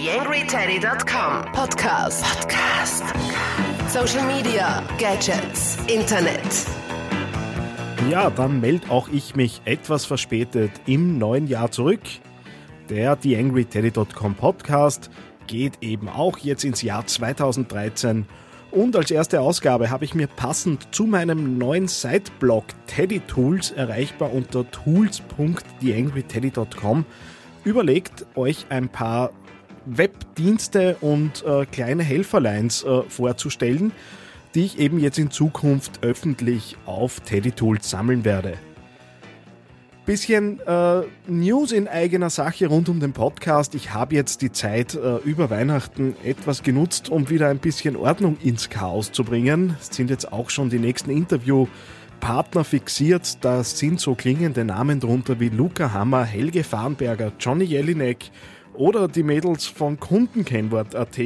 TheAngryTeddy.com Podcast. Social Media, Gadgets, Internet. Ja, dann melde auch ich mich etwas verspätet im neuen Jahr zurück. Der TheAngryTeddy.com Podcast geht eben auch jetzt ins Jahr 2013. Und als erste Ausgabe habe ich mir passend zu meinem neuen Siteblog Teddy Tools, erreichbar unter tools.theangryteddy.com, überlegt, euch ein paar Webdienste und kleine Helferleins vorzustellen, die ich eben jetzt in Zukunft öffentlich auf Teddy Tools sammeln werde. Bisschen News in eigener Sache rund um den Podcast. Ich habe jetzt die Zeit über Weihnachten etwas genutzt, um wieder ein bisschen Ordnung ins Chaos zu bringen. Es sind jetzt auch schon die nächsten Interviewpartner fixiert. Da sind so klingende Namen drunter wie Luca Hammer, Helge Farnberger, Johnny Jelinek oder die Mädels von Kundenkennwort.at.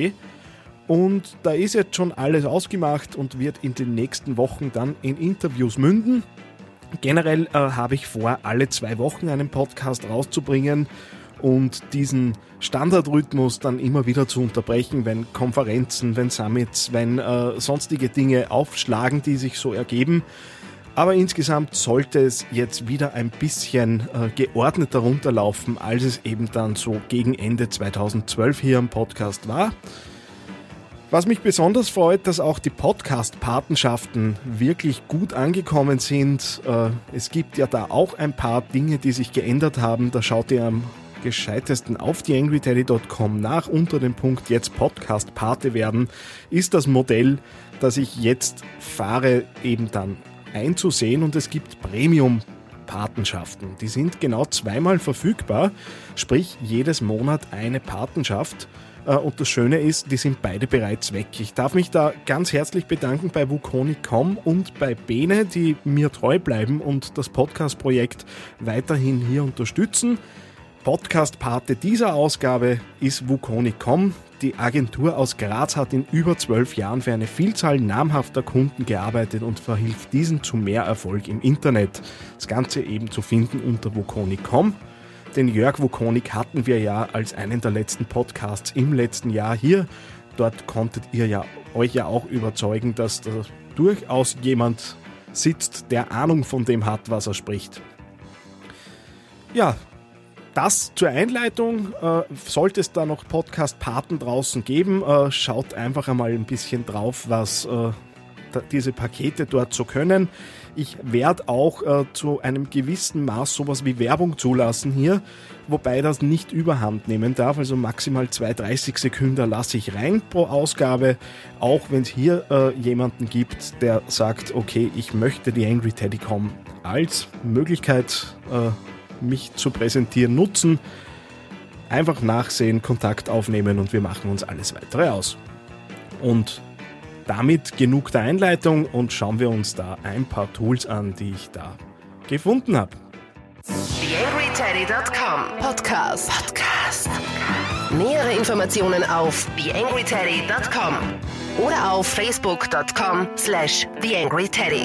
Und da ist jetzt schon alles ausgemacht und wird in den nächsten Wochen dann in Interviews münden. Generell habe ich vor, alle 2 Wochen einen Podcast rauszubringen und diesen Standardrhythmus dann immer wieder zu unterbrechen, wenn Konferenzen, wenn Summits, wenn sonstige Dinge aufschlagen, die sich so ergeben. Aber insgesamt sollte es jetzt wieder ein bisschen geordneter runterlaufen, als es eben dann so gegen Ende 2012 hier im Podcast war. Was mich besonders freut, dass auch die Podcast-Patenschaften wirklich gut angekommen sind. Es gibt ja da auch ein paar Dinge, die sich geändert haben. Da schaut ihr am gescheitesten auf TheAngryTeddy.com nach. Unter dem Punkt jetzt Podcast-Pate werden ist das Modell, das ich jetzt fahre, eben dann einzusehen. Und es gibt Premium-Patenschaften. Die sind genau 2-mal verfügbar, sprich jedes Monat eine Patenschaft. Und das Schöne ist, die sind beide bereits weg. Ich darf mich da ganz herzlich bedanken bei Wukoni.com und bei Bene, die mir treu bleiben und das Podcast-Projekt weiterhin hier unterstützen. Podcast-Pate dieser Ausgabe ist Wukoni.com. Die Agentur aus Graz hat in über 12 Jahren für eine Vielzahl namhafter Kunden gearbeitet und verhilft diesen zu mehr Erfolg im Internet. Das Ganze eben zu finden unter Wukoni.com. Den Jörg Wukonik hatten wir ja als einen der letzten Podcasts im letzten Jahr hier. Dort konntet ihr euch ja auch überzeugen, dass da durchaus jemand sitzt, der Ahnung von dem hat, was er spricht. Ja, das zur Einleitung. Sollte es da noch Podcast-Paten draußen geben, schaut einfach einmal ein bisschen drauf, was diese Pakete dort so können. Ich werde auch zu einem gewissen Maß sowas wie Werbung zulassen hier, wobei das nicht überhand nehmen darf, also maximal 2 30-Sekunden lasse ich rein pro Ausgabe, auch wenn es hier jemanden gibt, der sagt, okay, ich möchte die TheAngryTeddy.com als Möglichkeit, mich zu präsentieren, nutzen. Einfach nachsehen, Kontakt aufnehmen und wir machen uns alles weitere aus. Und damit genug der Einleitung und schauen wir uns da ein paar Tools an, die ich da gefunden habe. TheAngryTeddy.com Podcast. Nähere Informationen auf TheAngryTeddy.com oder auf Facebook.com/TheAngryTeddy.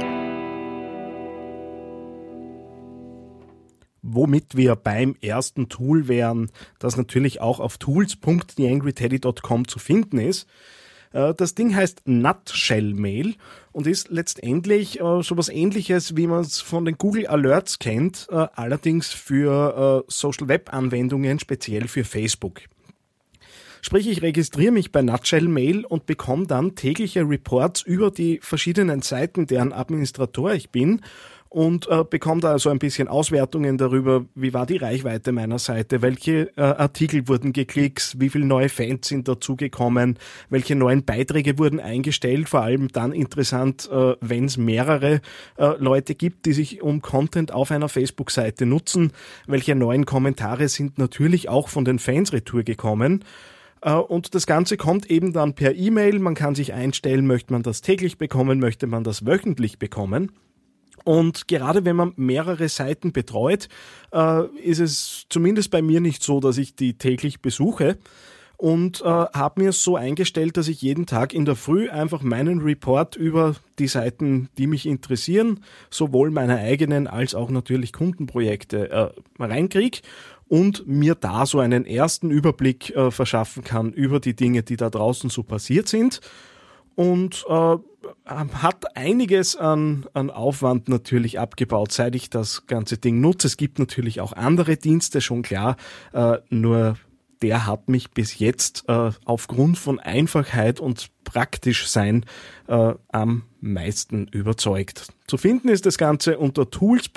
Womit wir beim ersten Tool wären, das natürlich auch auf tools.theangryteddy.com zu finden ist. Das Ding heißt Nutshell Mail und ist letztendlich sowas Ähnliches, wie man es von den Google Alerts kennt, allerdings für Social Web Anwendungen, speziell für Facebook. Sprich, ich registriere mich bei Nutshell Mail und bekomme dann tägliche Reports über die verschiedenen Seiten, deren Administrator ich bin. Und bekomme da so ein bisschen Auswertungen darüber, wie war die Reichweite meiner Seite, welche Artikel wurden geklickt, wie viele neue Fans sind dazugekommen, welche neuen Beiträge wurden eingestellt, vor allem dann interessant, wenn es mehrere Leute gibt, die sich um Content auf einer Facebook-Seite nutzen, welche neuen Kommentare sind natürlich auch von den Fans retour gekommen. Und das Ganze kommt eben dann per E-Mail, man kann sich einstellen, möchte man das täglich bekommen, möchte man das wöchentlich bekommen. Und gerade wenn man mehrere Seiten betreut, ist es zumindest bei mir nicht so, dass ich die täglich besuche und habe mir es so eingestellt, dass ich jeden Tag in der Früh einfach meinen Report über die Seiten, die mich interessieren, sowohl meine eigenen als auch natürlich Kundenprojekte reinkriege. und mir da so einen ersten Überblick verschaffen kann über die Dinge, die da draußen so passiert sind. Und hat einiges an Aufwand natürlich abgebaut, seit ich das ganze Ding nutze. Es gibt natürlich auch andere Dienste, schon klar, nur der hat mich bis jetzt aufgrund von Einfachheit und Praktischsein am meisten überzeugt. Zu finden ist das Ganze unter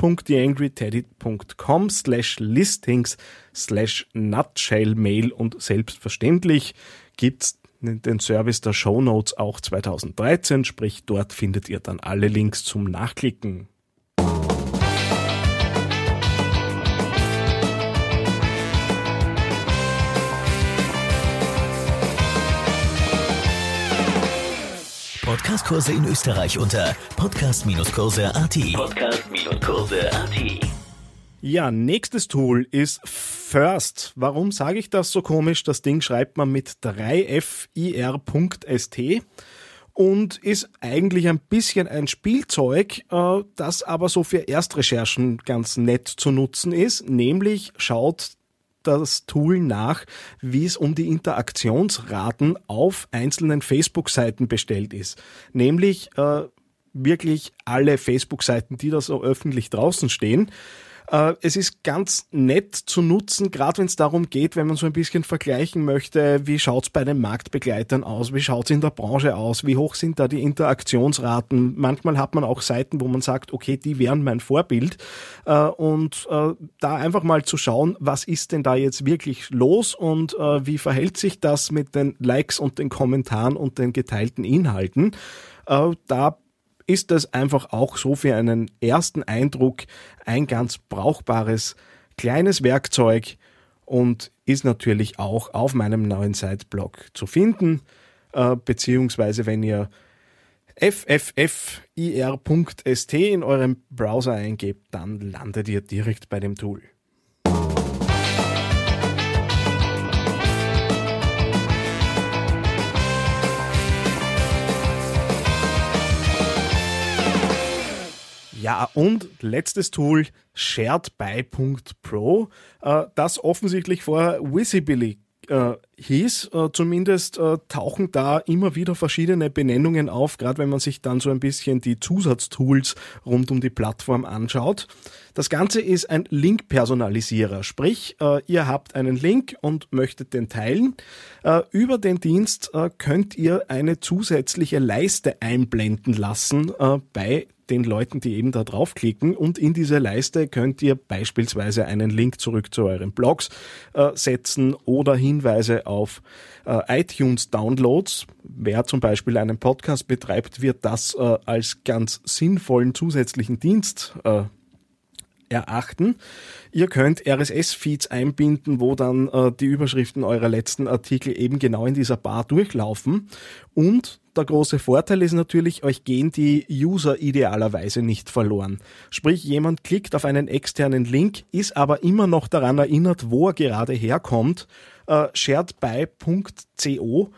tools.theangryteddy.com/listings/nutshellmail und selbstverständlich gibt's den Service der Shownotes auch 2013, sprich dort findet ihr dann alle Links zum Nachklicken. Podcast-Kurse in Österreich unter podcast-kurse.at. Podcast-Kurse.at. Ja, nächstes Tool ist First. Warum sage ich das so komisch? Das Ding schreibt man mit 3FIR.st und ist eigentlich ein bisschen ein Spielzeug, das aber so für Erstrecherchen ganz nett zu nutzen ist. Nämlich schaut das Tool nach, wie es um die Interaktionsraten auf einzelnen Facebook-Seiten bestellt ist. Nämlich wirklich alle Facebook-Seiten, die da so öffentlich draußen stehen. Es ist ganz nett zu nutzen, gerade wenn es darum geht, wenn man so ein bisschen vergleichen möchte, wie schaut's bei den Marktbegleitern aus, wie schaut's in der Branche aus, wie hoch sind da die Interaktionsraten. Manchmal hat man auch Seiten, wo man sagt, okay, die wären mein Vorbild. Und da einfach mal zu schauen, was ist denn da jetzt wirklich los und wie verhält sich das mit den Likes und den Kommentaren und den geteilten Inhalten. Da ist das einfach auch so für einen ersten Eindruck ein ganz brauchbares kleines Werkzeug und ist natürlich auch auf meinem neuen Site-Blog zu finden, beziehungsweise wenn ihr ffir.st in eurem Browser eingebt, dann landet ihr direkt bei dem Tool. Ja, und letztes Tool, sharedby.pro, das offensichtlich vorher Visibly hieß. Zumindest tauchen da immer wieder verschiedene Benennungen auf, gerade wenn man sich dann so ein bisschen die Zusatztools rund um die Plattform anschaut. Das Ganze ist ein Link-Personalisierer, sprich, ihr habt einen Link und möchtet den teilen. Über den Dienst könnt ihr eine zusätzliche Leiste einblenden lassen bei den Leuten, die eben da draufklicken, und in diese Leiste könnt ihr beispielsweise einen Link zurück zu euren Blogs setzen oder Hinweise auf iTunes-Downloads. Wer zum Beispiel einen Podcast betreibt, wird das als ganz sinnvollen zusätzlichen Dienst erachten. Ihr könnt RSS-Feeds einbinden, wo dann die Überschriften eurer letzten Artikel eben genau in dieser Bar durchlaufen. Und der große Vorteil ist natürlich, euch gehen die User idealerweise nicht verloren. Sprich, jemand klickt auf einen externen Link, ist aber immer noch daran erinnert, wo er gerade herkommt. Sharedby.co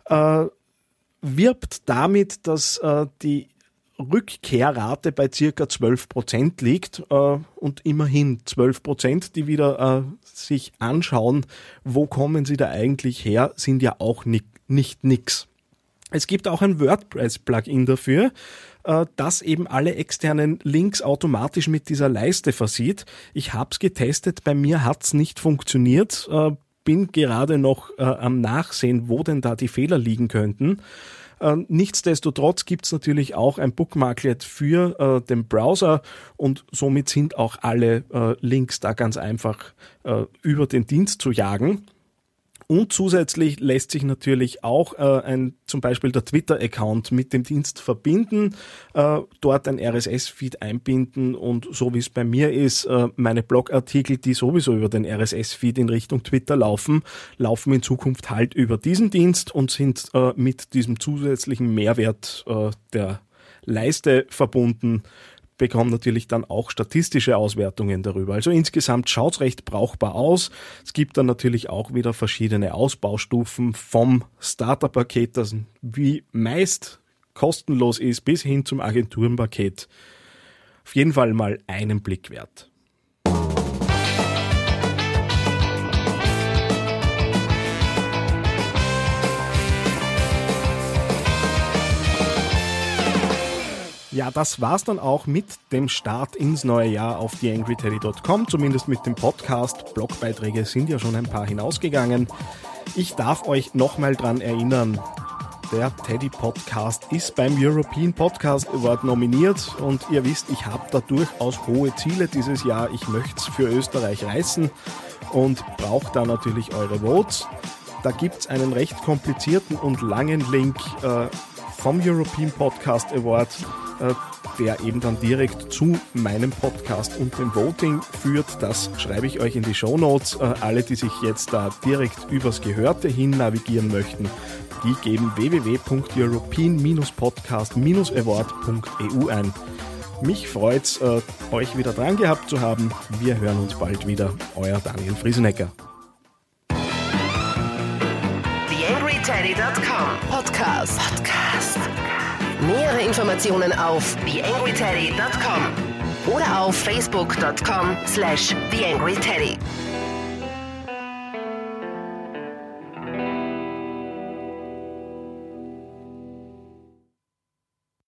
wirbt damit, dass die Rückkehrrate bei circa 12% liegt und immerhin 12%, die wieder sich anschauen, wo kommen sie da eigentlich her, sind ja auch nicht nix. Es gibt auch ein WordPress-Plugin dafür, das eben alle externen Links automatisch mit dieser Leiste versieht. Ich habe es getestet, bei mir hat es nicht funktioniert, bin gerade noch am Nachsehen, wo denn da die Fehler liegen könnten. Nichtsdestotrotz gibt es natürlich auch ein Bookmarklet für den Browser und somit sind auch alle Links da ganz einfach über den Dienst zu jagen. Und zusätzlich lässt sich natürlich auch zum Beispiel der Twitter-Account mit dem Dienst verbinden, dort ein RSS-Feed einbinden und so wie es bei mir ist, meine Blogartikel, die sowieso über den RSS-Feed in Richtung Twitter laufen in Zukunft halt über diesen Dienst und sind mit diesem zusätzlichen Mehrwert der Leiste verbunden, bekommen natürlich dann auch statistische Auswertungen darüber. Also insgesamt schaut's recht brauchbar aus. Es gibt dann natürlich auch wieder verschiedene Ausbaustufen vom Starter-Paket, das wie meist kostenlos ist, bis hin zum Agenturenpaket. Auf jeden Fall mal einen Blick wert. Ja, das war's dann auch mit dem Start ins neue Jahr auf theangryteddy.com, zumindest mit dem Podcast. Blogbeiträge sind ja schon ein paar hinausgegangen. Ich darf euch nochmal dran erinnern, der Teddy Podcast ist beim European Podcast Award nominiert und ihr wisst, ich habe da durchaus hohe Ziele dieses Jahr. Ich möchte es für Österreich reißen und brauche da natürlich eure Votes. Da gibt's einen recht komplizierten und langen Link vom European Podcast Award, der eben dann direkt zu meinem Podcast und dem Voting führt. Das schreibe ich euch in die Shownotes. Alle, die sich jetzt da direkt übers Gehörte hin navigieren möchten, die geben www.european-podcast-award.eu ein. Mich freut's, euch wieder dran gehabt zu haben. Wir hören uns bald wieder. Euer Daniel Friesenecker. TheAngryTeddy.com Podcast. Nähere Informationen auf TheAngryTeddy.com oder auf Facebook.com/TheAngryTeddy.